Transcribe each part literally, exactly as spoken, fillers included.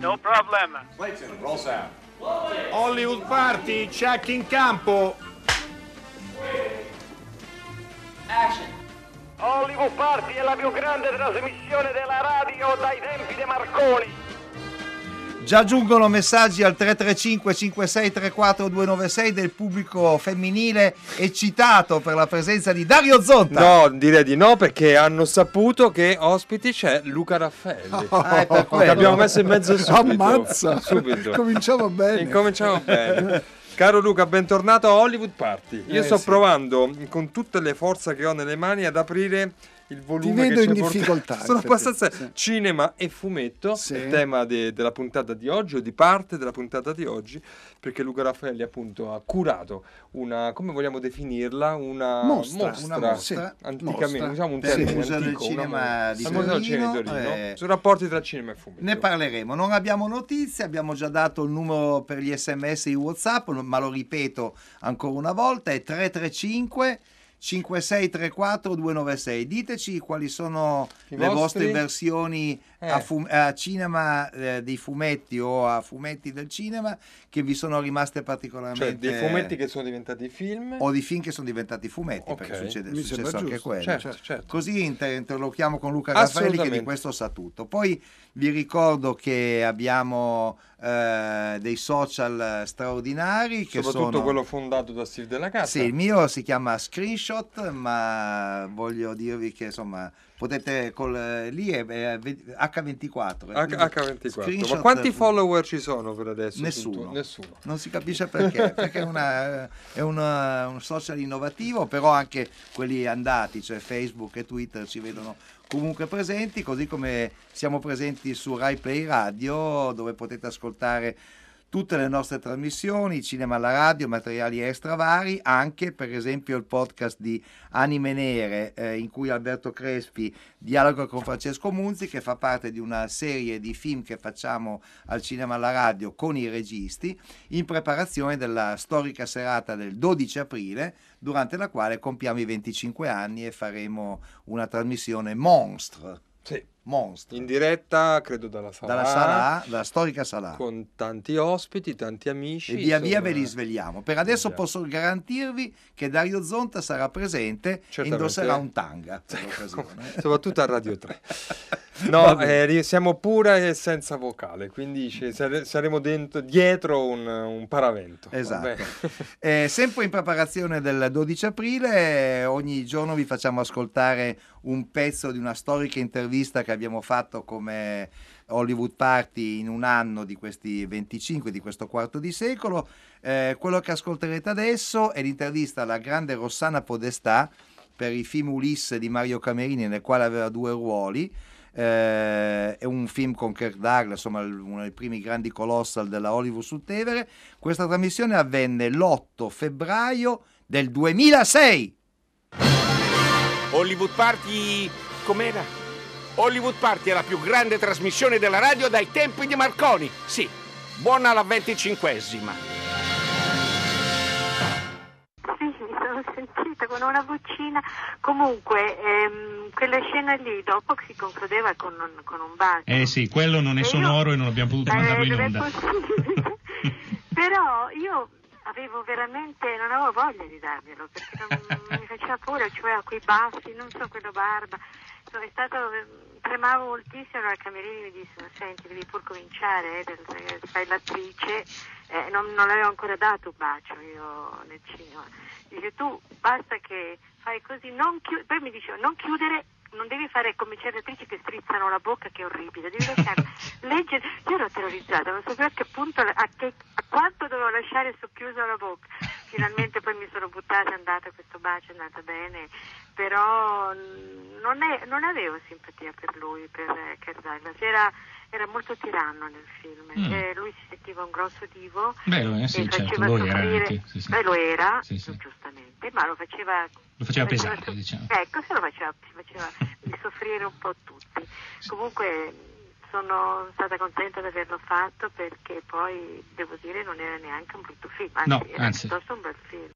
No problem. Clayton, roll sound. Hollywood Party, check in campo. Action. Hollywood Party è la più grande trasmissione della radio dai tempi dei Marconi. Già giungono messaggi al tre tre cinque cinque sei tre quattro due nove sei del pubblico femminile eccitato per la presenza di Dario Zonta. No, direi di no, perché hanno saputo che ospiti c'è Luca Raffaelli. Ah, è per quello. L'abbiamo messo in mezzo subito. Ammazza, subito. cominciamo bene. Incominciamo bene. Caro Luca, bentornato a Hollywood Party. Io Eh, sto sì. provando con tutte le forze che ho nelle mani ad aprire il volume. Ti vedo che in ci porta- difficoltà, Sono infatti. abbastanza Sì. cinema e fumetto, Sì. il tema de- della puntata di oggi o di parte della puntata di oggi, perché Luca Raffaelli appunto ha curato una, come vogliamo definirla, una Mostra. Una mostra. Sì. anticamente, Mostra. usiamo un Per il termine Museo del antico, una Cinema mostra. di Al Museo del Cinema di Torino, Torino, eh, sui rapporti tra cinema e fumetto. Ne parleremo, non abbiamo notizie, abbiamo già dato il numero per gli sms di WhatsApp, ma lo ripeto ancora una volta, è tre tre cinque cinque sei tre quattro due nove sei. Diteci quali sono I le vostri? vostre versioni Eh. a, fu- a cinema eh, dei fumetti o a fumetti del cinema che vi sono rimaste particolarmente, Cioè dei fumetti che sono diventati film. o di film che sono diventati fumetti, Ok. perché succede, è Mi successo sembra anche giusto. quello. Certo, Cioè, certo. Così inter- interlochiamo con Luca Raffaelli, che di Assolutamente. questo sa tutto. Poi vi ricordo che abbiamo eh, dei social straordinari, che Soprattutto sono quello fondato da Steve Della Casa. sì, il mio si chiama Screenshot, ma voglio dirvi che insomma potete col lì è, è acca ventiquattro. H- acca ventiquattro. Screenshot- Ma quanti follower ci sono per adesso? Nessuno. Tutto? Nessuno. Non si capisce perché, perché è, una, è una- un social innovativo, però anche quelli andati, cioè Facebook e Twitter, ci vedono comunque presenti, così come siamo presenti su Rai Play Radio, dove potete ascoltare tutte le nostre trasmissioni, cinema alla radio, materiali extra vari, anche per esempio il podcast di Anime Nere, eh, in cui Alberto Crespi dialoga con Francesco Munzi, che fa parte di una serie di film che facciamo al cinema alla radio con i registi, in preparazione della storica serata del dodici aprile, durante la quale compiamo i venticinque anni e faremo una trasmissione monstre. Sì. Monstre. In diretta, credo dalla sala, Dalla sala A, dalla storica sala A. con tanti ospiti, tanti amici. E via via insomma. ve li svegliamo. Per adesso Già. posso garantirvi che Dario Zonta sarà presente e Certamente. indosserà un tanga per l'occasione. Soprattutto a Radio tre. Va No, bene. eh, ri- siamo pura e senza vocale, quindi ci- sare- saremo dentro, dietro un, un paravento. Esatto. Vabbè. Eh, sempre in preparazione del dodici aprile, eh, ogni giorno vi facciamo ascoltare un pezzo di una storica intervista che abbiamo fatto come Hollywood Party in un anno di questi venticinque, di questo quarto di secolo. Eh, quello che ascolterete adesso è l'intervista alla grande Rossana Podestà per il film Ulisse di Mario Camerini, nel quale aveva due ruoli. Eh, è un film con Kirk Douglas, insomma uno dei primi grandi colossal della Hollywood sul Tevere. Questa trasmissione avvenne l'otto febbraio del duemilasei. Hollywood Party com'era? Hollywood Party è la più grande trasmissione della radio dai tempi di Marconi. Sì, buona la venticinquesima. Sì, mi sono sentita con una vocina. Comunque, ehm, quella scena lì dopo si concludeva con un, con un bacio. Eh sì, quello non è E io- sonoro e non abbiamo potuto mandarlo in non è onda. possibile. Però io avevo veramente, non avevo voglia di darglielo, perché non, mi faceva paura, cioè a quei baffi, non so, quello barba. Insomma, è stato, tremavo moltissimo, allora Camerini mi disse, ma senti, devi pur cominciare, eh, del- fai l'attrice, eh, non, non l'avevo ancora dato un bacio io nel cinema. Dice, tu basta che fai così, non chiudere, poi mi diceva, non chiudere, non devi fare come certe attrici che strizzano la bocca, che è orribile, devi lasciare leggere. Io ero terrorizzata, non sapevo a che punto, a, che, a quanto dovevo lasciare socchiusa la bocca. Finalmente poi mi sono buttata, è andata questo bacio, è andata bene, però non, è, non avevo simpatia per lui, per eh, Kirk Douglas. Era, era molto tiranno nel film, Mm. eh, lui si sentiva un grosso divo. Beh, lo- eh, sì, e certo, faceva lo era soffrire, anche, sì, sì. Beh, lo era, Sì, sì. giustamente, ma lo faceva, Lo faceva faceva pesare, diciamo. Ecco, se lo faceva, si faceva di soffrire un po' tutti. Comunque sono stata contenta di averlo fatto, perché poi, devo dire, non era neanche un brutto film, anzi, No, era anzi. piuttosto un bel film.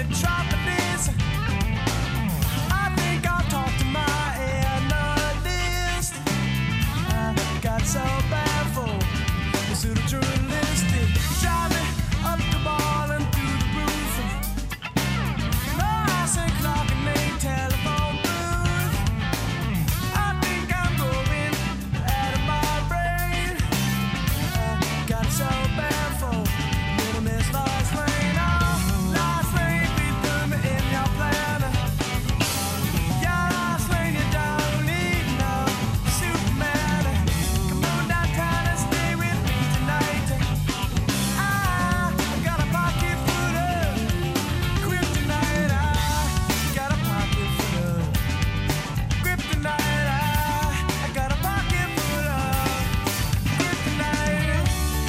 metropolis. I think I'll talk to my analyst. I got so bad for the pseudo-journalistic. Drive me up the ball and through the roof. No house and clock and name telephone booth. I think I'm going out of my brain. I got so bad for little Miss Lois Lane. Oh, Lois Lane, be through me in your plan. Yeah, Lois Lane, you don't need no Superman. Come on downtown and stay with me tonight. I got a pocket full of kryptonite. I got a pocket full of kryptonite. I got a pocket full of kryptonite.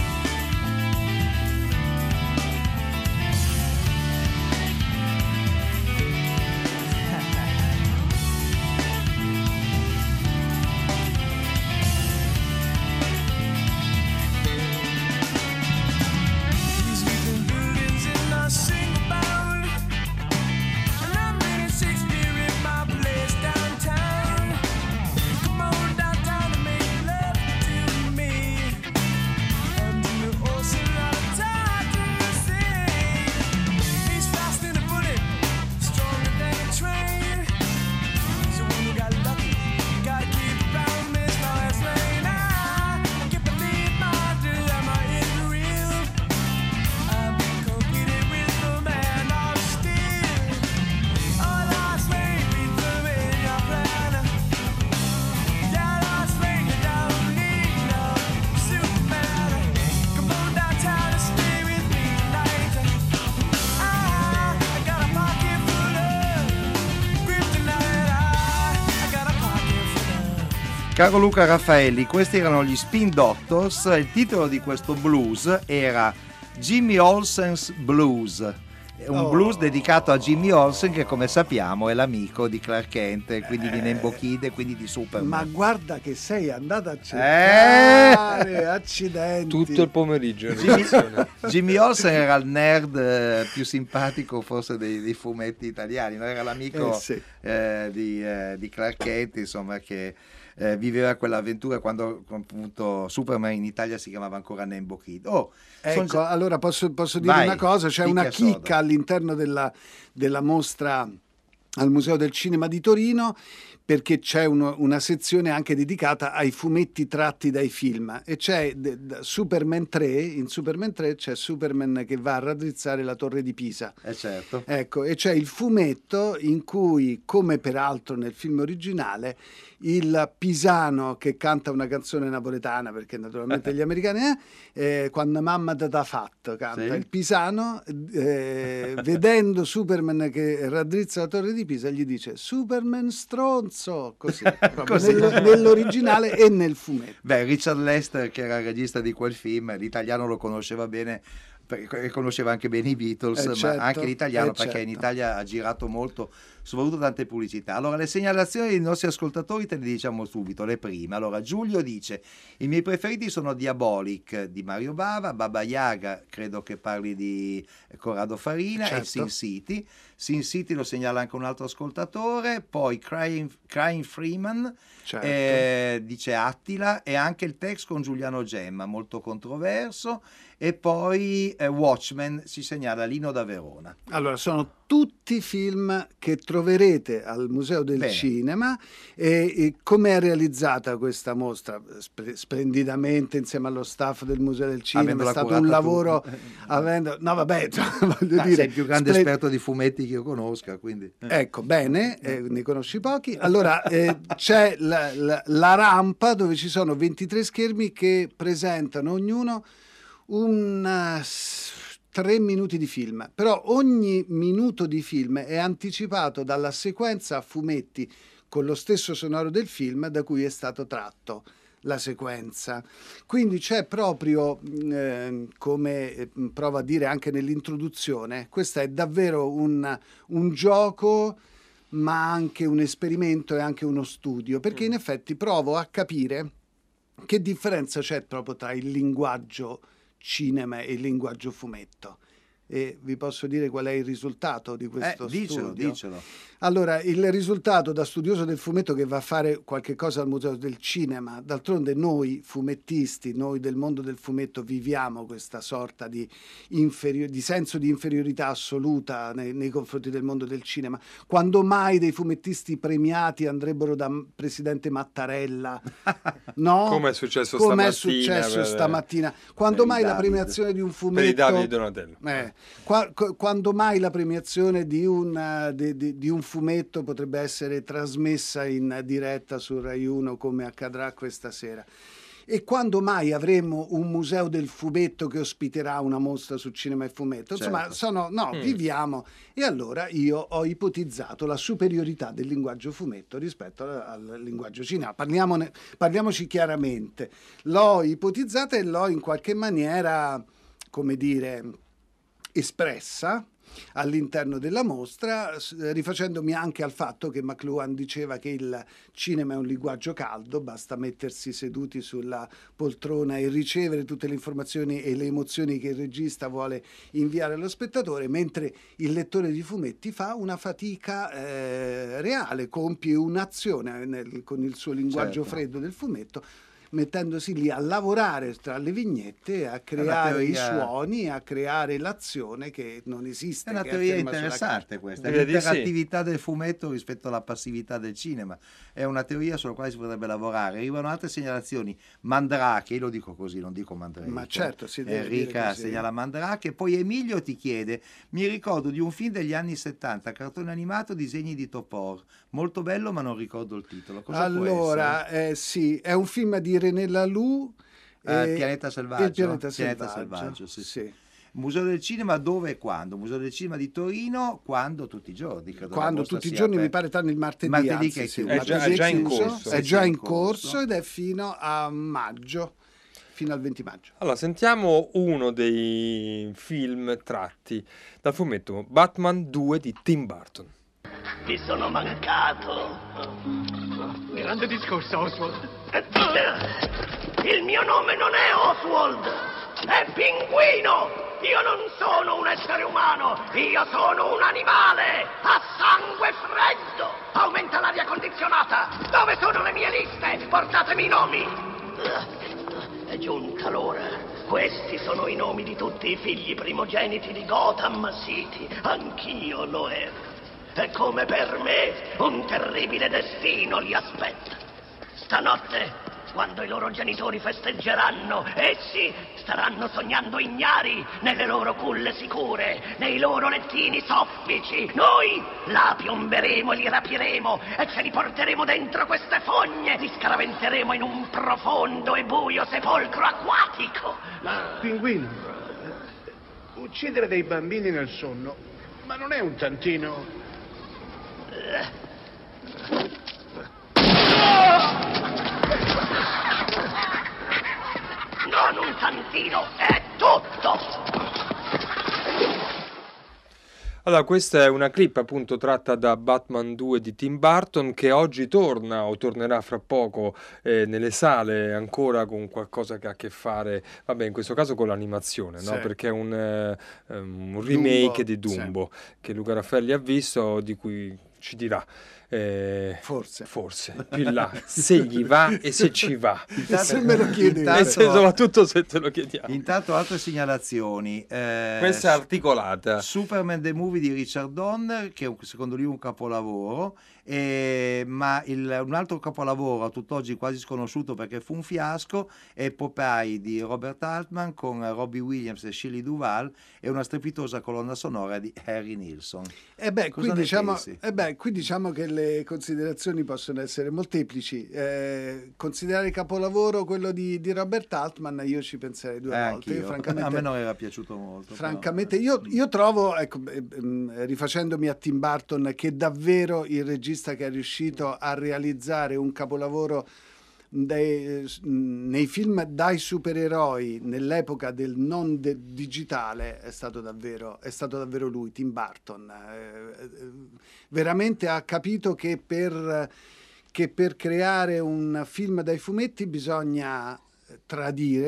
These weeping buildings in a single bound, and I'm reading Shakespeare in my place downtown. Come on downtown and make love to me. Under the ocean, not a time to sing. He's fast in a bullet, stronger than a train. He's the one who got lucky. Gotta keep around Miss Lois Lane. I can't believe my dilemma is real. I'm competing with the man of steel. Oh, Lois Lane, be through in your plan. Yeah, Lois Lane, you don't need no Superman. Come on downtown and stay with me tonight. I, I got a pocket full of kryptonite. I, I got a pocket full of. Caro Luca Raffaelli, questi erano gli Spin Doctors. Il titolo di questo blues era Jimmy Olsen's Blues. È un Oh. blues dedicato a Jimmy Olsen, che come sappiamo è l'amico di Clark Kent, quindi di Nembo Kid e quindi di Superman. Ma guarda che sei andata a cercare, Eh! accidenti. Tutto il pomeriggio in Jimmy, redazione. Jimmy Olsen era il nerd eh, più simpatico forse dei, dei fumetti italiani, no? Era l'amico Eh, sì. eh, di, eh, di Clark Kent, insomma, che eh, viveva quell'avventura quando appunto Superman in Italia si chiamava ancora Nembo Kid. Oh, son Ecco, già- allora posso, posso dire Vai, una cosa, c'è picchia una sodo. chicca all'interno della, della mostra al Museo del Cinema di Torino, perché c'è uno- una sezione anche dedicata ai fumetti tratti dai film, e c'è d- d- Superman tre, in Superman tre c'è Superman che va a raddrizzare la torre di Pisa. Eh certo. Ecco, e c'è il fumetto in cui, come peraltro nel film originale, il pisano che canta una canzone napoletana, perché naturalmente gli americani, eh, eh, quando mamma te t'ha fatto, canta Sì. il pisano, eh, vedendo Superman che raddrizza la torre di Pisa, gli dice Superman stronzo, così, proprio Così. nel- nell'originale e nel fumetto. Beh, Richard Lester, che era il regista di quel film, l'italiano lo conosceva bene, perché conosceva anche bene i Beatles, Eh, ma certo, anche l'italiano, eh, perché in certo. Italia ha girato molto, soprattutto tante pubblicità. Allora, le segnalazioni dei nostri ascoltatori te le diciamo subito, le prime. Allora, Giulio dice: i miei preferiti sono Diabolic di Mario Bava, Baba Yaga, credo che parli di Corrado Farina, Certo. e Sin City. Sin City lo segnala anche un altro ascoltatore, poi Crying, Crying Freeman, Certo. eh, dice Attila, e anche il text con Giuliano Gemma, molto controverso, e poi eh, Watchmen si segnala Lino da Verona. Allora, sono tutti film che troverete al Museo del Bene. Cinema. E, e come è realizzata questa mostra? Sp- splendidamente insieme allo staff del Museo del Cinema. Avendola È stato curata un tu. lavoro avendo, no vabbè, voglio Ma dire, sei il più grande splen- esperto di fumetti che io conosca, quindi Ecco, bene, eh, ne conosci pochi. Allora, eh, c'è la, la- la rampa dove ci sono ventitré schermi che presentano ognuno un eh, s- tre minuti di film. Però ogni minuto di film è anticipato dalla sequenza a fumetti con lo stesso sonoro del film da cui è stato tratto la sequenza. Quindi c'è proprio, mh, eh, come eh, provo a dire anche nell'introduzione, questo è davvero un, un gioco, ma anche un esperimento e anche uno studio, perché in effetti provo a capire che differenza c'è proprio tra il linguaggio cinema e il linguaggio fumetto. e vi posso dire qual è il risultato di questo Eh, dicelo, studio. dicelo. Allora, il risultato da studioso del fumetto che va a fare qualche cosa al Museo del Cinema, d'altronde noi fumettisti, noi del mondo del fumetto viviamo questa sorta di, inferio- di senso di inferiorità assoluta nei, nei confronti del mondo del cinema. Quando mai dei fumettisti premiati andrebbero da m- presidente Mattarella? No? Come è successo Come è stamattina, successo per- stamattina? Quando per i mai la David. premiazione di un Per i fumetto... Davide Donatello. Eh, qua- qu- quando mai la premiazione di un, eh, di, di- di un fumetto potrebbe essere trasmessa in diretta su Rai uno come accadrà questa sera? E quando mai avremo un museo del fumetto che ospiterà una mostra su cinema e fumetto? Insomma, Certo. sono, no, Mm. viviamo. E allora io ho ipotizzato la superiorità del linguaggio fumetto rispetto al, al linguaggio cinema. Parliamone, parliamoci chiaramente. L'ho ipotizzata e l'ho in qualche maniera, come dire, espressa all'interno della mostra, s- rifacendomi anche al fatto che McLuhan diceva che il cinema è un linguaggio caldo, basta mettersi seduti sulla poltrona e ricevere tutte le informazioni e le emozioni che il regista vuole inviare allo spettatore, mentre il lettore di fumetti fa una fatica eh, reale, compie un'azione nel- con il suo linguaggio Certo. freddo del fumetto, mettendosi lì a lavorare tra le vignette, a creare i teoria- suoni, a creare l'azione che non esiste. È una che teoria ferma sulla interessante questa, Direi di sì. l'interattività del fumetto rispetto alla passività del cinema. È una teoria sulla quale si potrebbe lavorare. Arrivano altre segnalazioni. Mandrake, io lo dico così, non dico Mandrake. Ma certo, si deve dire Enrica così. segnala Mandrake. Poi Emilio ti chiede: mi ricordo di un film degli anni settanta, cartone animato, disegni di Topor. Molto bello, ma non ricordo il titolo. Cosa può essere? Allora, eh, sì, è un film di René Laloux. Ah, eh, il pianeta selvaggio. Il pianeta Pianeta selvaggio, selvaggio, sì, sì. Museo del Cinema dove e quando? Museo del Cinema di Torino quando? Tutti i giorni. credo la Quando mostra tutti i sia giorni, mi aperta. pare, tranne il martedì, Martedì anzi, che è sì, chiuso. il È già- martedì è già in chiuso, corso. È Sì, già sì, in in corso. corso ed è fino a maggio, fino al venti maggio. Allora, sentiamo uno dei film tratti dal fumetto Batman due di Tim Burton. Ti sono mancato. Grande discorso, Oswald. Il mio nome non è Oswald, è Pinguino. Io non sono un essere umano, io sono un animale a sangue freddo. Aumenta l'aria condizionata. Dove sono le mie liste? Portatemi i nomi. È giunta l'ora. Questi sono i nomi di tutti i figli primogeniti di Gotham City. Anch'io lo ero. E come per me, un terribile destino li aspetta. Stanotte, quando i loro genitori festeggeranno, essi staranno sognando ignari nelle loro culle sicure, nei loro lettini soffici. Noi la piomberemo e li rapiremo e ce li porteremo dentro queste fogne. Li scaraventeremo in un profondo e buio sepolcro acquatico. Ma... Pinguino, uccidere dei bambini nel sonno, ma non è un tantino... Non un tantino, è tutto! Allora, questa è una clip appunto tratta da Batman due di Tim Burton, che oggi torna o tornerà fra poco eh, nelle sale, ancora con qualcosa che ha a che fare, vabbè, in questo caso con l'animazione, no? Sì. Perché è un, eh, un remake Dumbo, di Dumbo che Luca Raffaelli ha visto, di cui ci dirà. Eh, Forse. Forse, più in là, se gli va e se ci va. Se me lo chiedi. E Intanto- se, soprattutto se te lo chiediamo. Intanto altre segnalazioni. Eh, Questa è articolata. Superman the Movie di Richard Donner, che è un- secondo lui un capolavoro, eh, ma il- un altro capolavoro a tutt'oggi quasi sconosciuto perché fu un fiasco è Popeye di Robert Altman con Robbie Williams e Shelley Duvall e una strepitosa colonna sonora di Harry Nilsson. E beh, qui Cosa ne diciamo, pensi? eh beh, qui diciamo che le considerazioni possono essere molteplici. Eh, considerare capolavoro quello di, di Robert Altman, io ci penserei due Eh, volte. Io, anch'io. francamente, A me non era piaciuto molto. Francamente, però. io, io trovo, ecco, eh, ehm, rifacendomi a Tim Burton, che davvero il regista che è riuscito a realizzare un capolavoro dei- nei film dai supereroi nell'epoca del non de- digitale è stato davvero, è stato davvero lui, Tim Burton. Eh, eh, veramente ha capito che per, che per creare un film dai fumetti bisogna tradire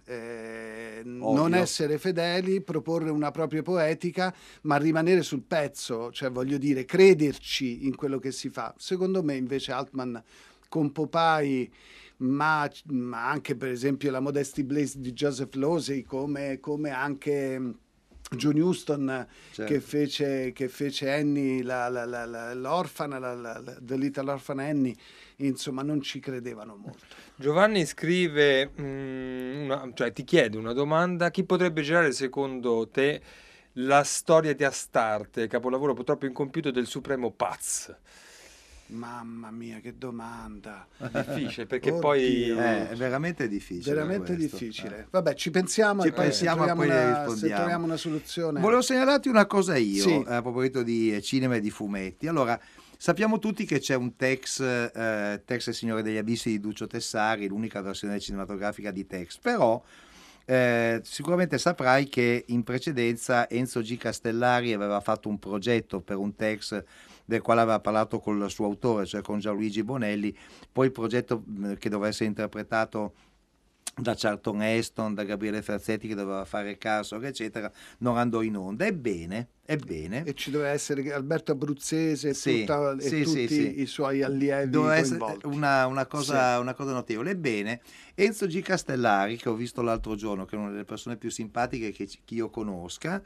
eh, Ovvio. non essere fedeli, proporre una propria poetica, ma rimanere sul pezzo, cioè voglio dire, crederci in quello che si fa. Secondo me invece Altman con Popeye, ma, ma anche per esempio la Modesty Blaze di Joseph Losey, come, come anche John Huston, Certo. che fece, che fece Annie, la, la, la, la, l'orfana, la, la, la, The Little Orphan Annie, insomma non ci credevano molto. Giovanni scrive, mm, una- cioè ti chiede una domanda: chi potrebbe girare secondo te la storia di Astarte, capolavoro purtroppo incompiuto del supremo Paz? Mamma mia, che domanda! Difficile, perché Oddio. poi Eh, è veramente difficile. Veramente questo. difficile. Eh. Vabbè, ci pensiamo Ci e poi, pensiamo se, e troviamo poi una, se rispondiamo. troviamo una soluzione. Volevo segnalarti una cosa io, Sì. eh, a proposito di cinema e di fumetti. Allora, sappiamo tutti che c'è un Tex, eh, Tex e il Signore degli Abissi di Duccio Tessari, l'unica versione cinematografica di Tex, però eh, sicuramente saprai che in precedenza Enzo G. Castellari aveva fatto un progetto per un Tex del quale aveva parlato con il suo autore, cioè con Gianluigi Bonelli, poi il progetto mh, che doveva essere interpretato da Charlton Heston, da Gabriele Ferzetti che doveva fare Carson, eccetera, non andò in onda. Ebbene, ebbene E ci doveva essere Alberto Abruzzese e, Sì, tutta- e sì, tutti sì, sì. i suoi allievi doveva essere coinvolti. una, una cosa, Sì. una cosa notevole. Ebbene, Enzo G. Castellari, che ho visto l'altro giorno, che è una delle persone più simpatiche che, che io conosca,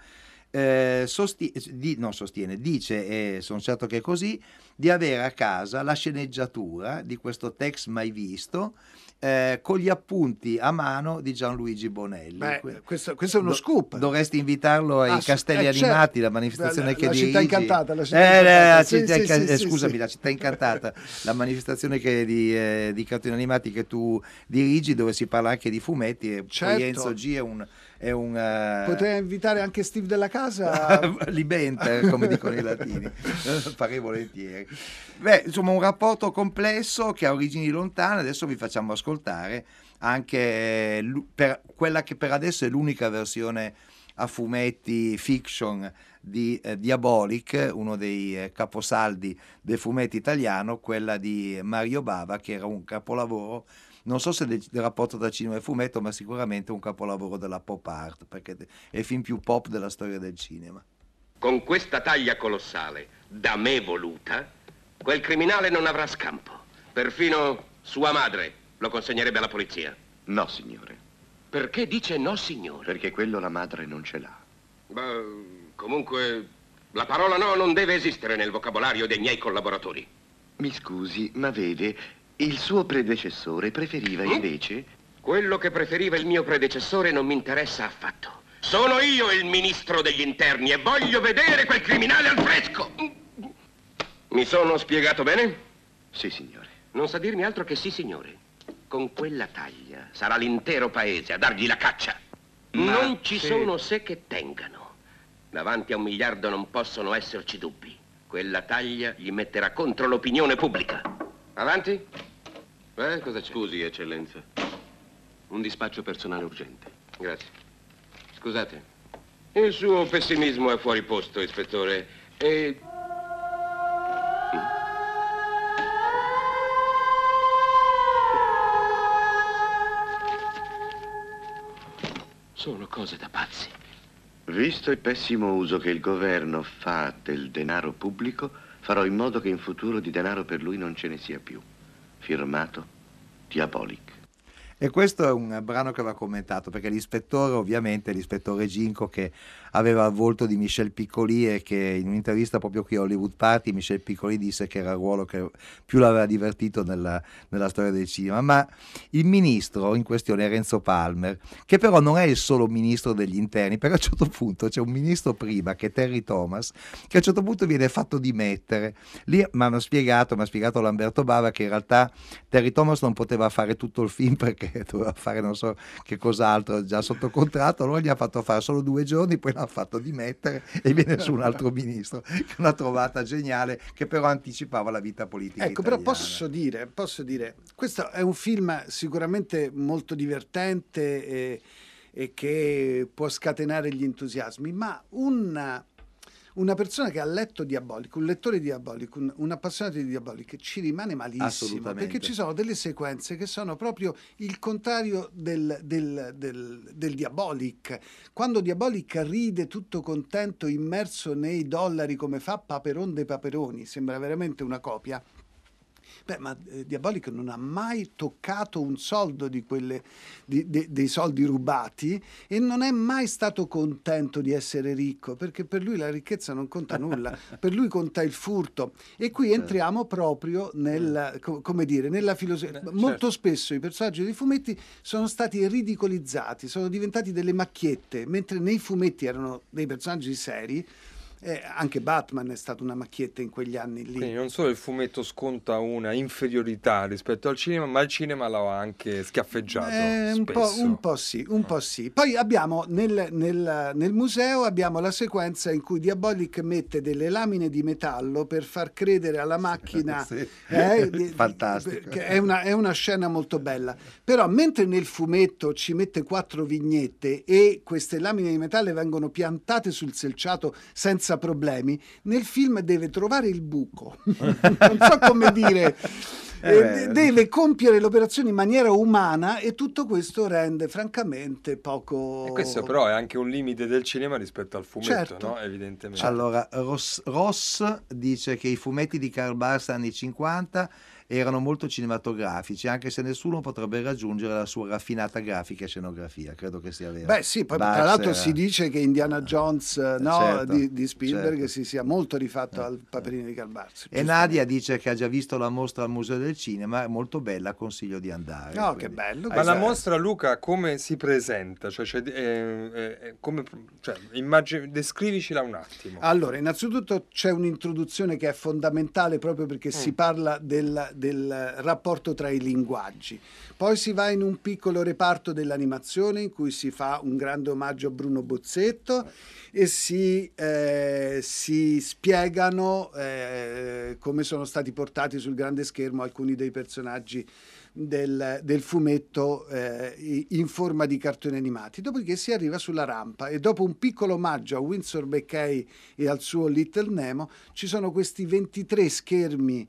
eh, sosti- di- non sostiene, dice, e sono certo che è così, di avere a casa la sceneggiatura di questo Tex mai visto, eh, con gli appunti a mano di Gianluigi Bonelli. Beh, Que- questo, questo è uno Do- scoop. Dovresti invitarlo ai Ah, sì, Castelli eh, certo. Animati, la manifestazione La- che la dirigi. città incantata, la città Eh, incantata. la Sì, città sì, inca- sì, eh, sì, scusami, sì. la città incantata, la manifestazione che di, eh, di cartoni animati che tu dirigi, dove si parla anche di fumetti. E Certo. poi Enzo G è un, è un eh, Potrei invitare anche Steve della Casa. libente, come dicono i latini. Farei volentieri. Beh, insomma, un rapporto complesso che ha origini lontane. Adesso vi facciamo ascoltare anche eh, lu- per quella che per adesso è l'unica versione a fumetti fiction di eh, Diabolic, uno dei eh, caposaldi del fumetto italiano, quella di Mario Bava, che era un capolavoro, non so se del, del rapporto tra cinema e fumetto, ma sicuramente un capolavoro della pop art, perché è il film più pop della storia del cinema. Con questa taglia colossale, da me voluta, quel criminale non avrà scampo. Perfino sua madre lo consegnerebbe alla polizia. No, signore, Perché dice no, signore? perché quello la madre non ce l'ha. Beh, comunque, la parola no non deve esistere nel vocabolario dei miei collaboratori. Mi scusi, ma vede, il suo predecessore preferiva Mm? invece... Quello che preferiva il mio predecessore non mi interessa affatto. Sono io il ministro degli interni e voglio vedere quel criminale al fresco. Mi sono spiegato bene? Sì, signore. Non sa dirmi altro che sì, signore. Con quella taglia sarà l'intero paese a dargli la caccia. Ma non ci se- sono se che tengano. Davanti a un miliardo non possono esserci dubbi. Quella taglia gli metterà contro l'opinione pubblica. Avanti? Eh, cosa c'è? Scusi, eccellenza. Un dispaccio personale urgente. Grazie. Scusate. Il suo pessimismo è fuori posto, ispettore. E... Sono cose da pazzi. Visto il pessimo uso che il governo fa del denaro pubblico, farò in modo che in futuro di denaro per lui non ce ne sia più. Firmato Diabolic. E questo è un brano che va commentato, perché l'ispettore, ovviamente, l'ispettore Ginco, che aveva il volto di Michel Piccoli, e che in un'intervista proprio qui a Hollywood Party Michel Piccoli disse che era il ruolo che più l'aveva divertito nella, nella storia del cinema. Ma il ministro in questione è Renzo Palmer, che però non è il solo ministro degli interni, perché a un certo punto c'è un ministro prima, che è Terry Thomas, che a un certo punto viene fatto dimettere. Lì mi hanno spiegato, mi ha spiegato Lamberto Bava, che in realtà Terry Thomas non poteva fare tutto il film perché doveva fare non so che cos'altro già sotto contratto, allora gli ha fatto fare solo due giorni, poi l'ha fatto dimettere e viene su un altro ministro, che è una trovata geniale, che però anticipava la vita politica Ecco, italiana. però posso dire, posso dire, questo è un film sicuramente molto divertente e, e che può scatenare gli entusiasmi, ma un una persona che ha letto Diabolic, un lettore di Diabolic, un, un appassionato di Diabolic, ci rimane malissimo, Assolutamente. perché ci sono delle sequenze che sono proprio il contrario del, del, del, del Diabolic. Quando Diabolic ride tutto contento, immerso nei dollari come fa Paperon dei Paperoni, sembra veramente una copia. Beh, ma eh, Diabolic non ha mai toccato un soldo di quelle, di, de, dei soldi rubati, e non è mai stato contento di essere ricco, perché per lui la ricchezza non conta nulla, per lui conta il furto. E qui entriamo proprio nel, co- come dire, nella filosofia. Beh, Molto certo. spesso i personaggi dei fumetti sono stati ridicolizzati, sono diventati delle macchiette, mentre nei fumetti erano dei personaggi seri. Eh, anche Batman è stata una macchietta in quegli anni lì. Quindi non solo il fumetto sconta una inferiorità rispetto al cinema, ma il cinema l'ha anche schiaffeggiato Eh, un, po', spesso. un po' sì, un po' sì. Poi abbiamo nel, nel, nel museo abbiamo la sequenza in cui Diabolic mette delle lamine di metallo per far credere alla macchina. Sì. eh, di- Fantastico. che è una, è una scena molto bella. Però mentre nel fumetto ci mette quattro vignette e queste lamine di metallo vengono piantate sul selciato senza problemi, nel film deve trovare il buco. Non so come dire. Eh Eh, beh. de- deve compiere l'operazione in maniera umana, e tutto questo rende francamente poco. E questo però è anche un limite del cinema rispetto al fumetto, Certo. no? Evidentemente. Allora, Ross, Ross dice che i fumetti di Karl Barks anni cinquanta erano molto cinematografici, anche se nessuno potrebbe raggiungere la sua raffinata grafica e scenografia. Credo che sia vero. Beh sì, poi Barks tra l'altro era- si dice che Indiana Jones eh, no, certo, di, di Spielberg certo. si sia molto rifatto al Paperino di Karl Barks. E Nadia dice che ha già visto la mostra al Museo del Cinema, è molto bella, consiglio di andare. No, Quindi- che bello. Ma questo la è- mostra, Luca, come si presenta? Cioè, cioè, eh, eh, come, cioè, immagini- descrivicela un attimo. Allora, innanzitutto c'è un'introduzione che è fondamentale proprio perché si parla del, del rapporto tra i linguaggi. Poi si va in un piccolo reparto dell'animazione in cui si fa un grande omaggio a Bruno Bozzetto e si, eh, si spiegano eh, come sono stati portati sul grande schermo alcuni dei personaggi del, del fumetto eh, in forma di cartoni animati. Dopodiché si arriva sulla rampa e dopo un piccolo omaggio a Winsor McCay e al suo Little Nemo ci sono questi ventitré schermi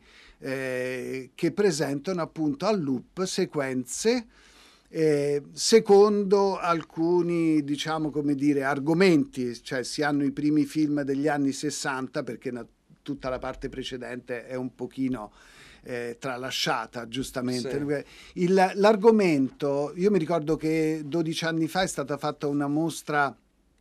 eh, che presentano appunto a loop sequenze eh, secondo alcuni, diciamo, come dire, argomenti. Cioè si hanno i primi film degli anni sessanta, perché na- tutta la parte precedente è un pochino eh, tralasciata, giustamente. Sì. Il- l'argomento, io mi ricordo che dodici anni fa è stata fatta una mostra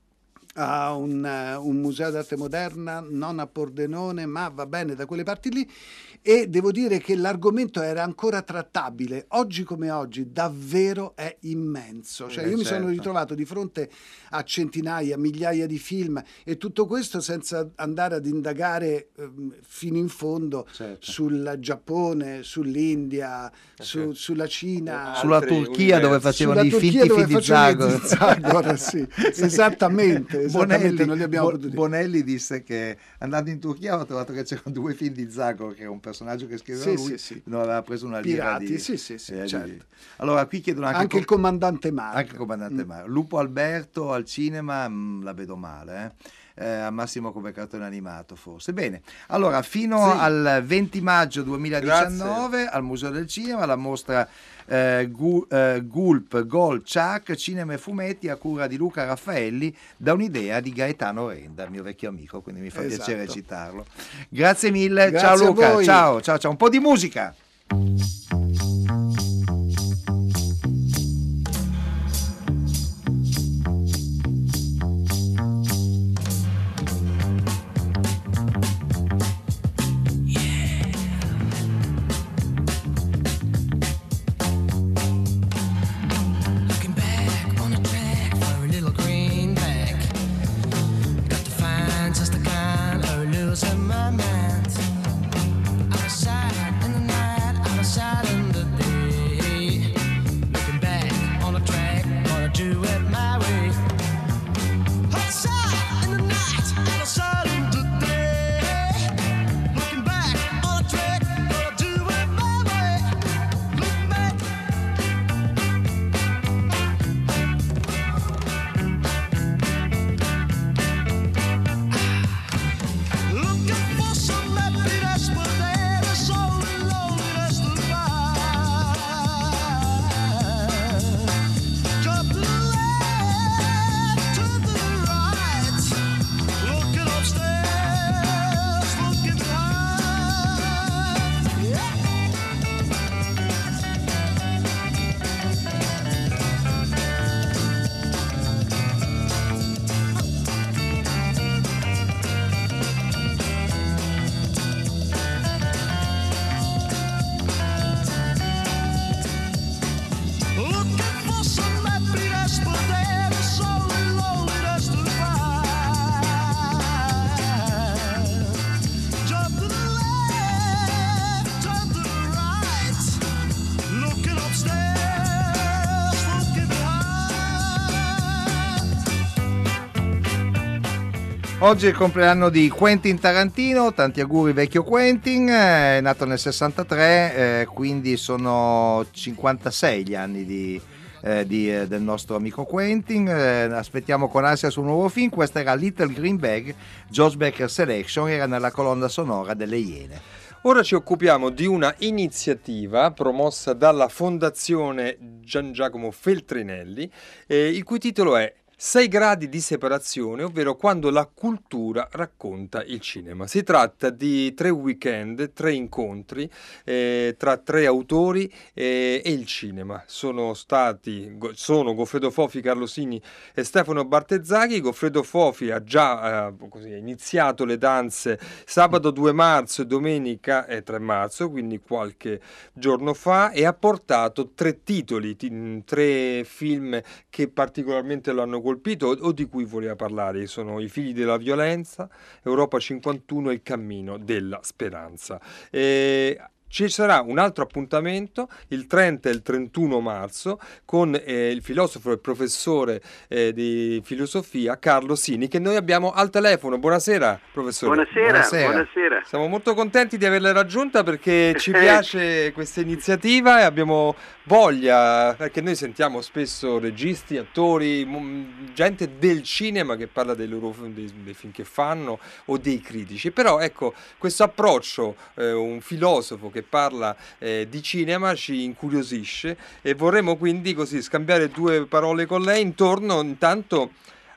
a un, eh, un museo d'arte moderna, non a Pordenone, ma va bene da quelle parti lì, e devo dire che l'argomento era ancora trattabile. Oggi come oggi davvero è immenso. Cioè, Eh, io mi certo. sono ritrovato di fronte a centinaia, migliaia di film, e tutto questo senza andare ad indagare ehm, fino in fondo Certo. sul Giappone, sull'India, su- certo. sulla Cina, Sulla altri Turchia dove universi. facevano sulla i Turchia finti dove film di facevano i Zagor. Zagor, sì. Esattamente, esattamente, non li abbiamo Bo- potuti. Bonelli disse che andando in Turchia ho trovato che c'erano due film di Zagor, che era un personaggio che scriveva Sì, lui, sì, sì. non aveva preso una lira Pirati, di, sì, sì, sì, eh, di- certo. Allora qui chiedono anche, Anche il co- comandante Marco. anche il comandante Mario. Lupo Alberto al cinema mh, la vedo male, eh. Eh, al massimo come cartone animato forse. Bene, allora fino Sì. al venti maggio duemiladiciannove al Museo del Cinema la mostra eh, Gu- eh, Gulp, Gol, Chuck, Cinema e Fumetti a cura di Luca Raffaelli, da un'idea di Gaetano Renda, il mio vecchio amico, quindi mi fa Esatto. piacere citarlo. Grazie mille, Grazie ciao a Luca, voi. ciao, ciao, ciao, un po' di musica. Looking back on the track for a little greenback. Got to find just the kind of losing my mind. Out of sight in the night, out of sight in the day. Looking back on the track, gonna do it my way. Out of sight in the night, out of sight in the day. Looking back on the track, gonna do it my way. Looking back. Oggi è il compleanno di Quentin Tarantino, tanti auguri vecchio Quentin, è nato nel sessantatré, eh, quindi sono cinquantasei gli anni di, eh, di, eh, del nostro amico Quentin. Eh, aspettiamo con ansia il suo nuovo film. Questa era Little Green Bag, George Becker Selection, era nella colonna sonora delle Iene. Ora ci occupiamo di una iniziativa promossa dalla Fondazione Gian Giacomo Feltrinelli, eh, il cui titolo è Sei gradi di separazione, ovvero quando la cultura racconta il cinema. Si tratta di tre weekend, tre incontri eh, tra tre autori eh, e il cinema. Sono stati, sono Goffredo Fofi, Carlo Sini e Stefano Bartezzaghi. Goffredo Fofi ha già eh, così, iniziato le danze sabato due marzo e domenica eh, tre marzo, quindi qualche giorno fa, e ha portato tre titoli, t- tre film che particolarmente lo hanno colpito o di cui voleva parlare. Sono I figli della violenza, Europa cinquantuno e Il cammino della speranza. E ci sarà un altro appuntamento il trenta e il trentuno marzo con eh, il filosofo e professore eh, di filosofia Carlo Sini, che noi abbiamo al telefono. Buonasera professore. Buonasera, buonasera. buonasera. Siamo molto contenti di averla raggiunta perché ci piace questa iniziativa e abbiamo voglia, perché noi sentiamo spesso registi, attori, gente del cinema che parla dei loro dei, dei film che fanno o dei critici, però ecco questo approccio, eh, un filosofo che parla eh, di cinema ci incuriosisce e vorremmo quindi così scambiare due parole con lei intorno intanto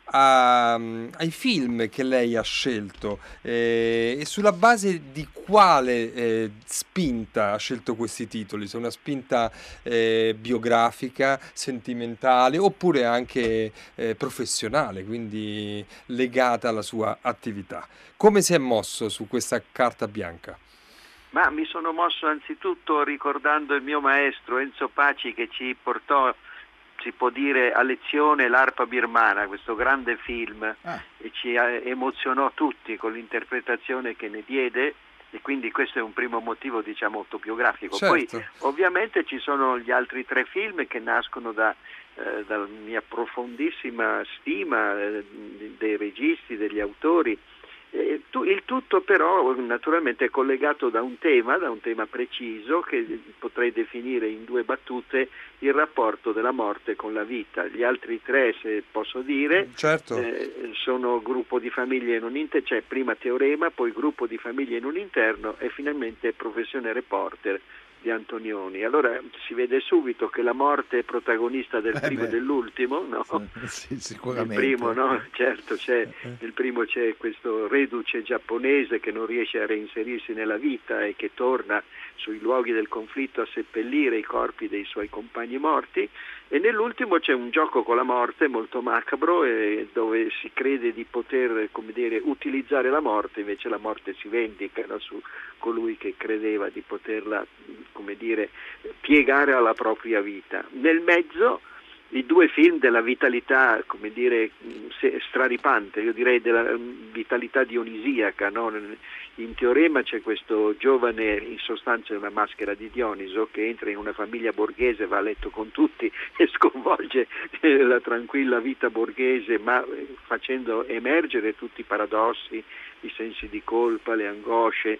a, ai film che lei ha scelto eh, e sulla base di quale eh, spinta ha scelto questi titoli, se una spinta eh, biografica, sentimentale oppure anche eh, professionale, quindi legata alla sua attività. Come si è mosso su questa carta bianca? Ma mi sono mosso anzitutto ricordando il mio maestro Enzo Paci, che ci portò, si può dire, a lezione l'Arpa birmana, questo grande film, ah. e ci emozionò tutti con l'interpretazione che ne diede, e quindi questo è un primo motivo, diciamo, autobiografico. Certo. Poi ovviamente ci sono gli altri tre film che nascono da eh, dalla mia profondissima stima eh, dei registi, degli autori. Eh, tu, il tutto però naturalmente è collegato da un tema, da un tema preciso che potrei definire in due battute: il rapporto della morte con la vita. Gli altri tre, se posso dire, certo. eh, sono Gruppo di famiglia in un interno, cioè prima Teorema, poi Gruppo di famiglia in un interno e finalmente Professione reporter di Antonioni. Allora si vede subito che la morte è protagonista del eh primo beh. e dell'ultimo, no? Sì, sicuramente. Nel primo, no? Certo, c'è, nel primo c'è questo reduce giapponese che non riesce a reinserirsi nella vita e che torna sui luoghi del conflitto a seppellire i corpi dei suoi compagni morti, e nell'ultimo c'è un gioco con la morte molto macabro, e dove si crede di poter, come dire, utilizzare la morte, invece la morte si vendica, no, su colui che credeva di poterla, come dire, piegare alla propria vita. Nel mezzo i due film della vitalità, come dire, straripante, io direi della vitalità dionisiaca, no? In Teorema c'è questo giovane, in sostanza una maschera di Dioniso, che entra in una famiglia borghese, va a letto con tutti e sconvolge la tranquilla vita borghese, ma facendo emergere tutti i paradossi, i sensi di colpa, le angosce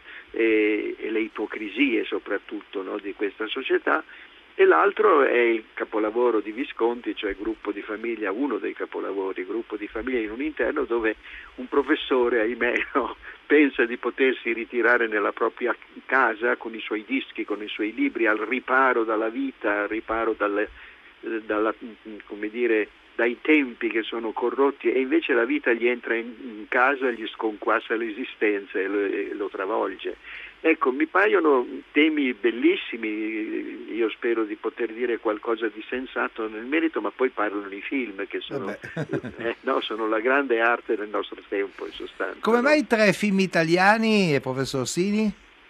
e, e le ipocrisie soprattutto, no, di questa società. E l'altro è il capolavoro di Visconti, cioè Gruppo di famiglia, uno dei capolavori, Gruppo di famiglia in un interno, dove un professore, ahimè, no, pensa di potersi ritirare nella propria casa con i suoi dischi, con i suoi libri, al riparo dalla vita, al riparo dalle, dalla, come dire, dai tempi che sono corrotti, e invece la vita gli entra in, in casa, gli sconquassa l'esistenza e lo, e lo travolge. Ecco, mi paiono temi bellissimi, io spero di poter dire qualcosa di sensato nel merito, ma poi parlano i film che sono, eh, no, sono la grande arte del nostro tempo, in sostanza. Come no? mai tre film italiani, professor Sini?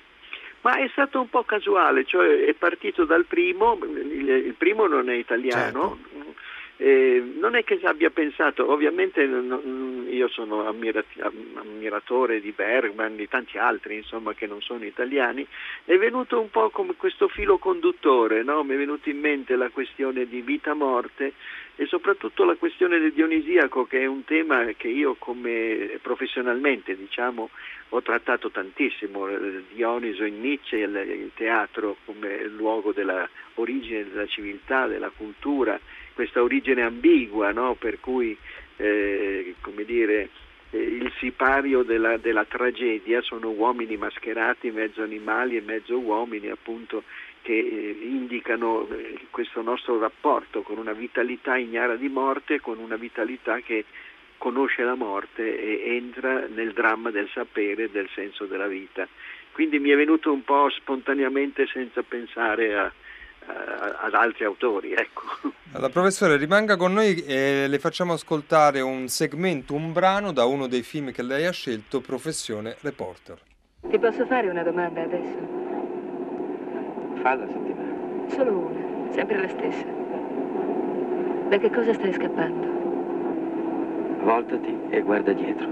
Ma è stato un po' casuale, cioè è partito dal primo, il, il primo non è italiano, certo. Eh, non è che abbia pensato, ovviamente non, io sono ammira- ammiratore di Bergman, di tanti altri insomma che non sono italiani, è venuto un po' come questo filo conduttore, no? Mi è venuto in mente la questione di vita-morte e soprattutto la questione del Dionisiaco, che è un tema che io come professionalmente diciamo ho trattato tantissimo, Dioniso in Nietzsche, il, il teatro come luogo della origine della civiltà, della cultura, questa origine ambigua, no? Per cui eh, come dire, eh, il sipario della, della tragedia sono uomini mascherati, mezzo animali e mezzo uomini, appunto, che eh, indicano eh, questo nostro rapporto con una vitalità ignara di morte, con una vitalità che conosce la morte e entra nel dramma del sapere e del senso della vita. Quindi mi è venuto un po' spontaneamente, senza pensare a ad altri autori, ecco. Allora, professore, rimanga con noi e le facciamo ascoltare un segmento, un brano da uno dei film che lei ha scelto, Professione Reporter. Ti posso fare una domanda adesso? Falla, Settimana. Solo una, sempre la stessa. Da che cosa stai scappando? Voltati e guarda dietro.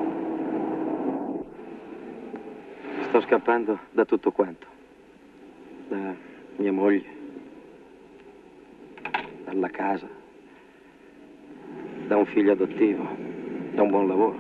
Sto scappando da tutto quanto. Da mia moglie, dalla casa, da un figlio adottivo, da un buon lavoro,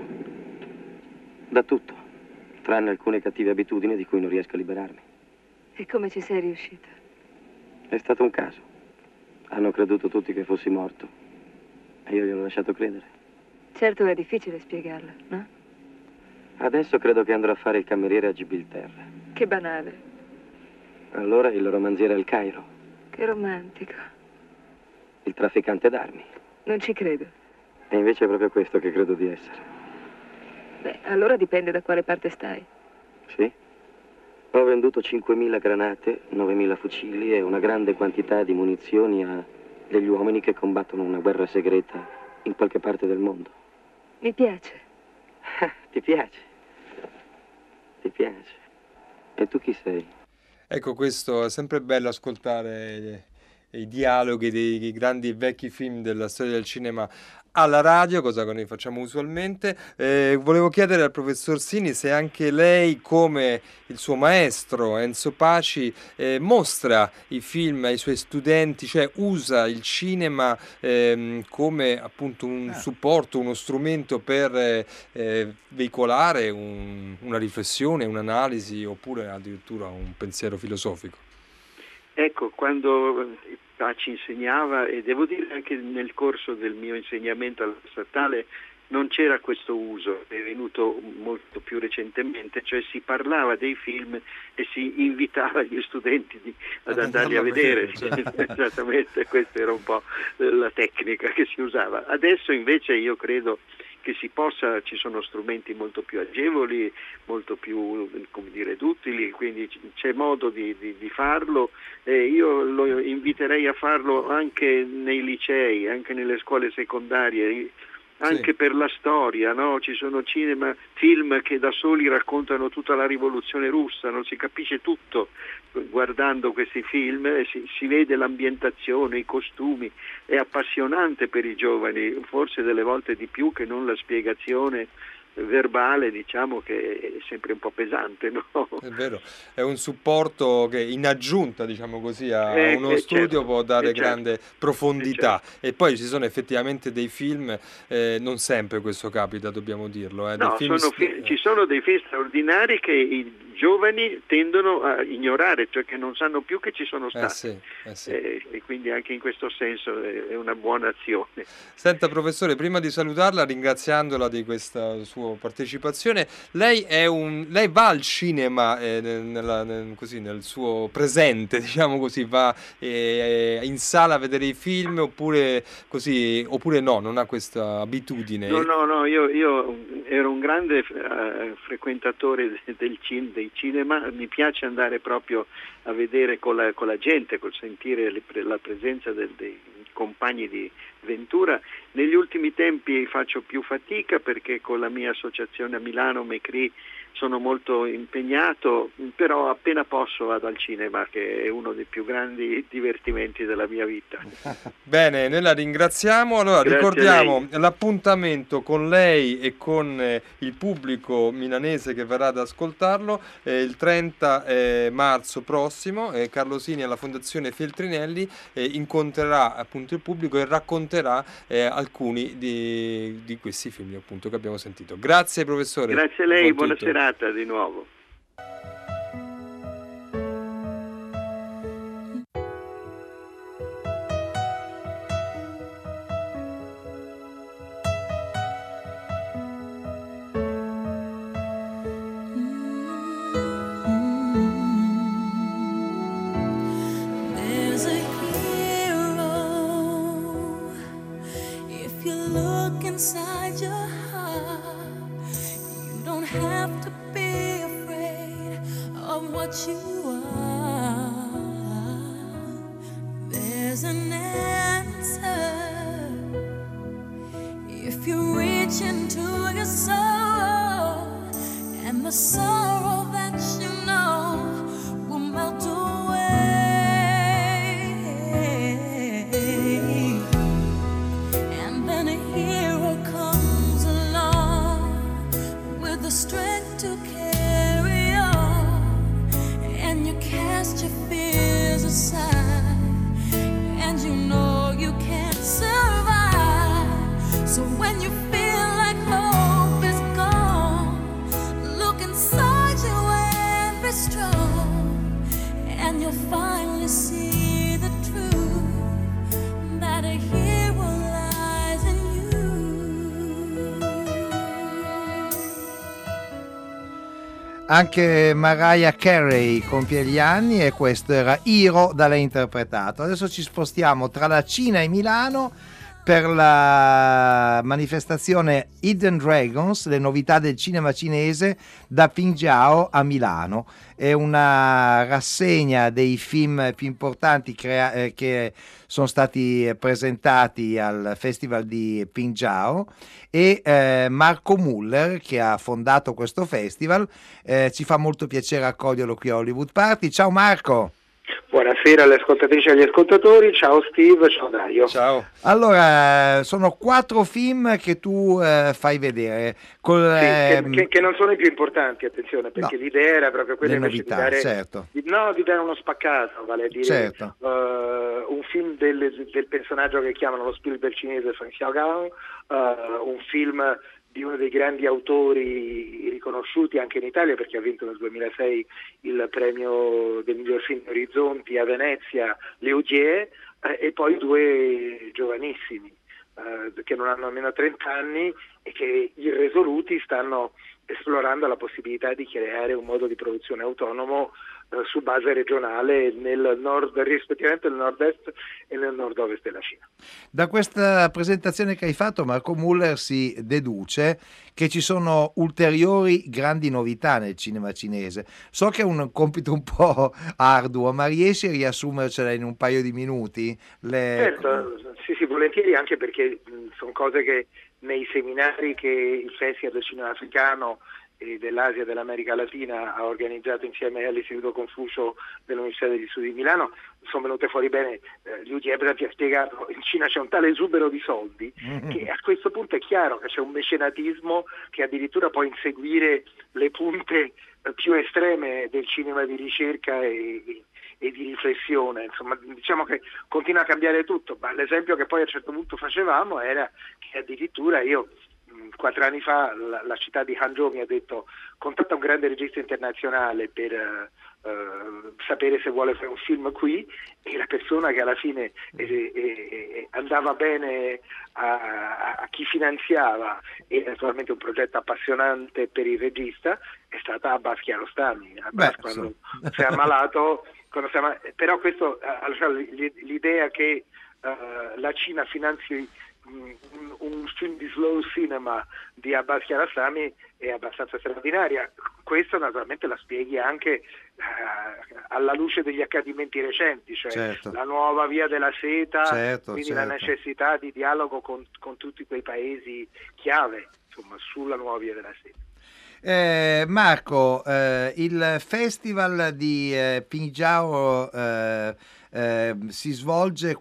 da tutto, tranne alcune cattive abitudini di cui non riesco a liberarmi. E come ci sei riuscito? È stato un caso. Hanno creduto tutti che fossi morto e io gli ho lasciato credere. Certo è difficile spiegarlo, no? Adesso credo che andrò a fare il cameriere a Gibilterra. Che banale. Allora il romanziere al Cairo. Che romantico. Il trafficante d'armi. Non ci credo. E invece è proprio questo che credo di essere. Beh, allora dipende da quale parte stai. Sì? Ho venduto cinquemila granate, novemila fucili e una grande quantità di munizioni a degli uomini che combattono una guerra segreta in qualche parte del mondo. Mi piace. Ti piace? Ti piace? E tu chi sei? Ecco, questo è sempre bello ascoltare i dialoghi dei grandi e vecchi film della storia del cinema alla radio, cosa che noi facciamo usualmente. Eh, volevo chiedere al professor Sini se anche lei, come il suo maestro Enzo Paci, eh, mostra i film ai suoi studenti, cioè usa il cinema ehm, come appunto un supporto, uno strumento per eh, veicolare un, una riflessione, un'analisi oppure addirittura un pensiero filosofico. Ecco, quando Paci insegnava, e devo dire anche nel corso del mio insegnamento alla statale non c'era questo uso, è venuto molto più recentemente, cioè si parlava dei film e si invitava gli studenti di, ad andarli a vedere, esattamente, questa era un po' la tecnica che si usava. Adesso invece io credo che si possa, ci sono strumenti molto più agevoli, molto più, come dire, utili, quindi c'è modo di, di, di farlo, e io lo inviterei a farlo anche nei licei, anche nelle scuole secondarie, anche sì, per la storia, no? Ci sono cinema, film che da soli raccontano tutta la rivoluzione russa, non si capisce tutto guardando questi film, e si, si vede l'ambientazione, i costumi, è appassionante per i giovani, forse delle volte di più che non la spiegazione verbale, diciamo, che è sempre un po' pesante, no? È vero, è un supporto che in aggiunta, diciamo così, a eh, uno eh, studio certo, può dare eh, grande certo, profondità, eh, certo. E poi ci sono effettivamente dei film, eh, non sempre questo capita, dobbiamo dirlo, eh, no, dei film sono fi- ci sono dei film straordinari che i giovani tendono a ignorare, cioè che non sanno più che ci sono stati, eh sì, eh sì. Eh, e quindi anche in questo senso è una buona azione. Senta professore, prima di salutarla, ringraziandola di questa sua partecipazione, lei è un lei va al cinema eh, nella, nel, così, nel suo presente, diciamo così, va eh, in sala a vedere i film oppure così, oppure no, non ha questa abitudine? No, no, no, io, io ero un grande uh, frequentatore del cin- dei cinema, mi piace andare proprio a vedere con la, con la gente, col sentire le, la presenza del, dei compagni di Ventura. Negli ultimi tempi faccio più fatica perché con la mia associazione a Milano, Mecri, sono molto impegnato, però appena posso vado al cinema, che è uno dei più grandi divertimenti della mia vita. Bene, noi la ringraziamo. Allora, Grazie ricordiamo l'appuntamento con lei e con eh, il pubblico milanese che verrà ad ascoltarlo eh, il trenta eh, marzo prossimo. eh, Carlo Sini alla Fondazione Feltrinelli eh, incontrerà appunto il pubblico e racconterà eh, alcuni di, di questi film appunto che abbiamo sentito. Grazie professore. Grazie a lei, Buon buona tutto. serata di nuovo. There's a hero if you look inside your heart. You don't have to be afraid of what you are. There's an answer if you reach into your soul, and the sorrow that you know will melt away. And then a hero comes along with the strength to carry on, and you cast your fears aside, and you know you can't survive. So when you feel like hope is gone, look inside you and be strong, and you'll finally see the truth that a hero lies in you. Anche Mariah Carey compie gli anni e questo era Hero da lei interpretato. Adesso ci spostiamo tra la Cina e Milano per la manifestazione Hidden Dragons, le novità del cinema cinese da Pingjiao a Milano. È una rassegna dei film più importanti crea- eh, che sono stati presentati al Festival di Pingjiao e eh, Marco Muller, che ha fondato questo festival, eh, ci fa molto piacere accoglierlo qui a Hollywood Party. Ciao Marco! Buonasera alle ascoltatrici e agli ascoltatori, ciao Steve, ciao Dario. Ciao. Allora, sono quattro film che tu eh, fai vedere. Col, Sì, ehm, che, che, che non sono i più importanti, attenzione, perché No. l'idea era proprio quella Le invece novità, di dare, certo. di, no, di dare uno spaccato, vale a dire Certo. eh, un film del, del personaggio che chiamano lo Spielberg cinese Feng Xiaogang, eh, un film di uno dei grandi autori riconosciuti anche in Italia, perché ha vinto nel duemilasei il premio del miglior film di Orizzonti a Venezia, Liu Jie, eh, e poi due giovanissimi eh, che non hanno nemmeno trenta anni e che irresoluti stanno esplorando la possibilità di creare un modo di produzione autonomo eh, su base regionale nel nord, rispettivamente nel nord-est e nel nord-ovest della Cina. Da questa presentazione che hai fatto, Marco Muller si deduce che ci sono ulteriori grandi novità nel cinema cinese. So che è un compito un po' arduo, ma riesci a riassumercela in un paio di minuti? Le... Certo, sì, sì, volentieri, anche perché mh, sono cose che nei seminari che il Festival del Cinema Africano e dell'Asia e dell'America Latina ha organizzato insieme all'Istituto Confucio dell'Università degli Studi di Milano sono venute fuori bene. eh, Liu Jie ti ha spiegato, in Cina c'è un tale esubero di soldi che a questo punto è chiaro che c'è un mecenatismo che addirittura può inseguire le punte eh, più estreme del cinema di ricerca e, e e di riflessione, insomma, diciamo che continua a cambiare tutto, ma l'esempio che poi a un certo punto facevamo era che addirittura io mh, quattro anni fa la, la città di Hangzhou mi ha detto contatta un grande regista internazionale per eh, eh, sapere se vuole fare un film qui, e la persona che alla fine eh, eh, andava bene a, a chi finanziava e naturalmente un progetto appassionante per il regista è stata Abbas Kiarostami. Abbas, Beh, quando so. si è ammalato quando si è ammalato, però questo eh, l'idea che uh, la Cina finanzi un, un film di slow cinema di Abbas Kiarostami è abbastanza straordinaria. Questo naturalmente la spieghi anche uh, alla luce degli accadimenti recenti, cioè Certo. la nuova via della seta, Certo, quindi certo. la necessità di dialogo con, con tutti quei paesi chiave, insomma, sulla nuova via della seta. Eh, Marco, eh, il festival di eh, Pingiao eh, eh, si svolge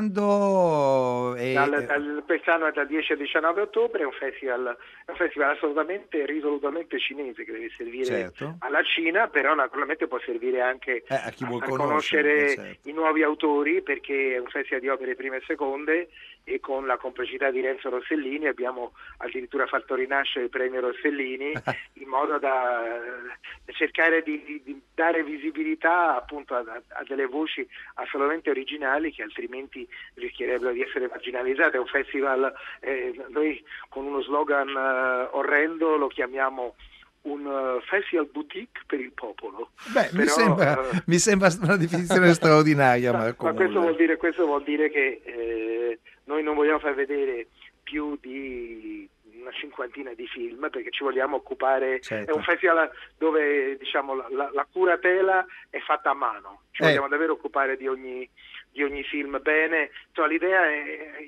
quando? E... Dal, dal, quest'anno è dal dieci al diciannove ottobre, è un festival, è un festival assolutamente risolutamente cinese che deve servire certo. alla Cina, però naturalmente può servire anche eh, a chi vuol a conoscere certo. i nuovi autori, perché è un festival di opere prime e seconde, e con la complicità di Renzo Rossellini abbiamo addirittura fatto rinascere il premio Rossellini in modo da, da cercare di, di, di dare visibilità appunto a, a delle voci assolutamente originali che altrimenti rischierebbero di essere marginalizzate. È un festival, eh, noi con uno slogan eh, orrendo lo chiamiamo un uh, festival boutique per il popolo. Beh, Però, mi, sembra, uh, mi sembra una definizione straordinaria, Marco. Ma questo vuol dire, questo vuol dire che eh, noi non vogliamo far vedere più di una cinquantina di film, perché ci vogliamo occupare, certo. È un festival dove diciamo la, la, la curatela è fatta a mano, ci eh. vogliamo davvero occupare di ogni di ogni film bene. Cioè, l'idea è,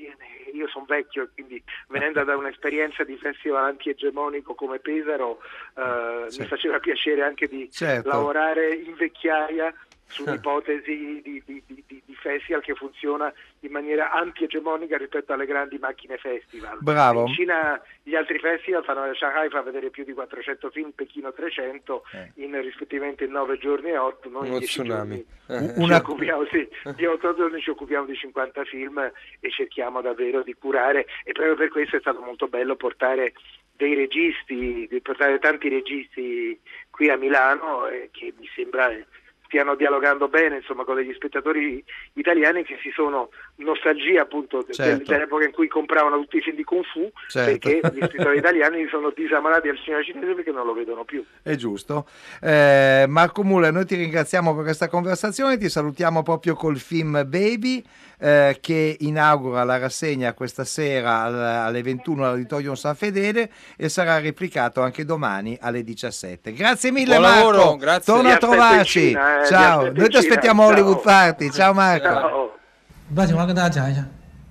io sono vecchio, quindi venendo da un'esperienza di festival antiegemonico come Pesaro, eh, certo. mi faceva piacere anche di certo. lavorare in vecchiaia su un'ipotesi di, di, di, di festival che funziona in maniera antiegemonica rispetto alle grandi macchine festival. Bravo. In Cina gli altri festival fanno, Shanghai fa vedere più di quattrocento film, Pechino trecento, eh. in rispettivamente in nove giorni e otto, noi in dieci giorni eh. ci Una... occupiamo, sì, di otto giorni ci occupiamo di cinquanta film e cerchiamo davvero di curare, e proprio per questo è stato molto bello portare dei registi, di portare tanti registi qui a Milano, eh, che mi sembra stiano dialogando bene, insomma, con degli spettatori italiani che si sono nostalgia appunto certo. dell'epoca in cui compravano tutti i film di Kung Fu, certo. perché gli spettatori italiani sono disamorati al cinema cinese perché non lo vedono più. È giusto. Eh, Marco Muller, noi ti ringraziamo per questa conversazione, ti salutiamo proprio col film Baby, eh, che inaugura la rassegna questa sera alle ventuno all'Auditorium San Fedele e sarà replicato anche domani alle diciassette. Grazie mille. Buon Marco, lavoro, grazie. torna a trovarci. Cina, eh, ciao, noi ti aspettiamo a Hollywood Party. Ciao Marco. Ciao. 把情况跟大家讲一下。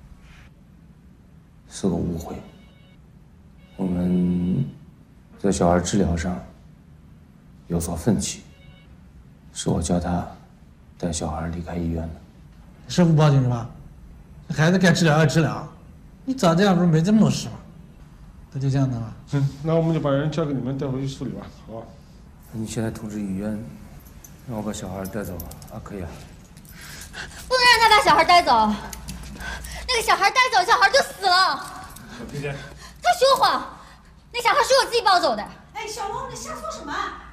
是个误会，我们在小孩治疗上有所分歧，是我叫他带小孩离开医院的。师傅报警是吧？这孩子该治疗要治疗，你早这样不是没这么多事吗？那就这样的吧。 嗯，那我们就把人交给你们带回去处理吧，好吧？ 你现在通知医院，让我把小孩带走啊，可以啊。 不能让他把小孩带走，那个小孩带走，小孩就死了。 小皮姐， 他说谎，那小孩是我自己抱走的。 哎，小王，你瞎说什么？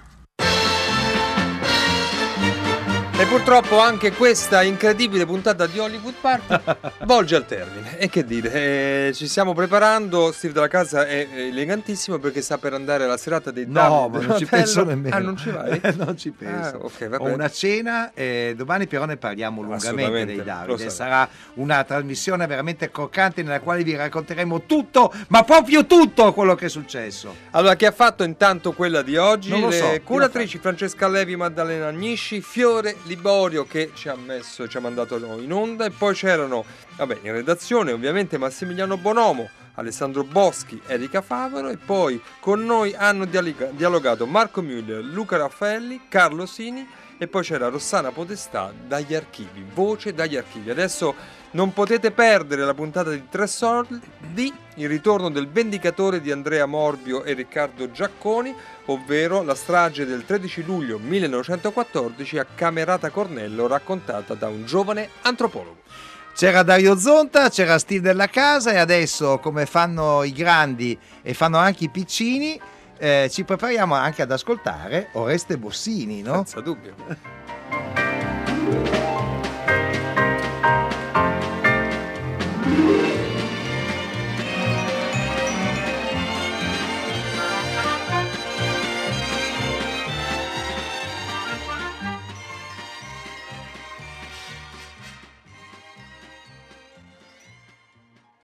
E purtroppo anche questa incredibile puntata di Hollywood Party volge al termine. E che dire, eh, ci stiamo preparando. Steve della Casa è elegantissimo perché sta per andare alla serata dei No, David ma non ci penso nemmeno. Ah, non ci vai? non ci penso. Ah, okay, va Ho bene. una cena, eh, domani però ne parliamo lungamente dei lo Davide. sarà. Sarà una trasmissione veramente croccante nella quale vi racconteremo tutto, ma proprio tutto quello che è successo. Allora, chi ha fatto intanto quella di oggi? Non lo Le so, curatrici Francesca Levi, Maddalena Agnisci, Fiore Liborio che ci ha messo, ci ha mandato in onda, e poi c'erano, vabbè, in redazione ovviamente Massimiliano Bonomo, Alessandro Boschi, Erika Favaro, e poi con noi hanno dialoga- dialogato Marco Müller, Luca Raffaelli, Carlo Sini, e poi c'era Rossana Podestà dagli archivi, voce dagli archivi. Adesso non potete perdere la puntata di Tre Soldi, il ritorno del Vendicatore di Andrea Morbio e Riccardo Giacconi, ovvero la strage del tredici luglio millenovecentoquattordici a Camerata Cornello, raccontata da un giovane antropologo. C'era Dario Zonta, c'era Steve della Casa, e adesso, come fanno i grandi e fanno anche i piccini, eh, ci prepariamo anche ad ascoltare Oreste Bossini, no? Senza dubbio.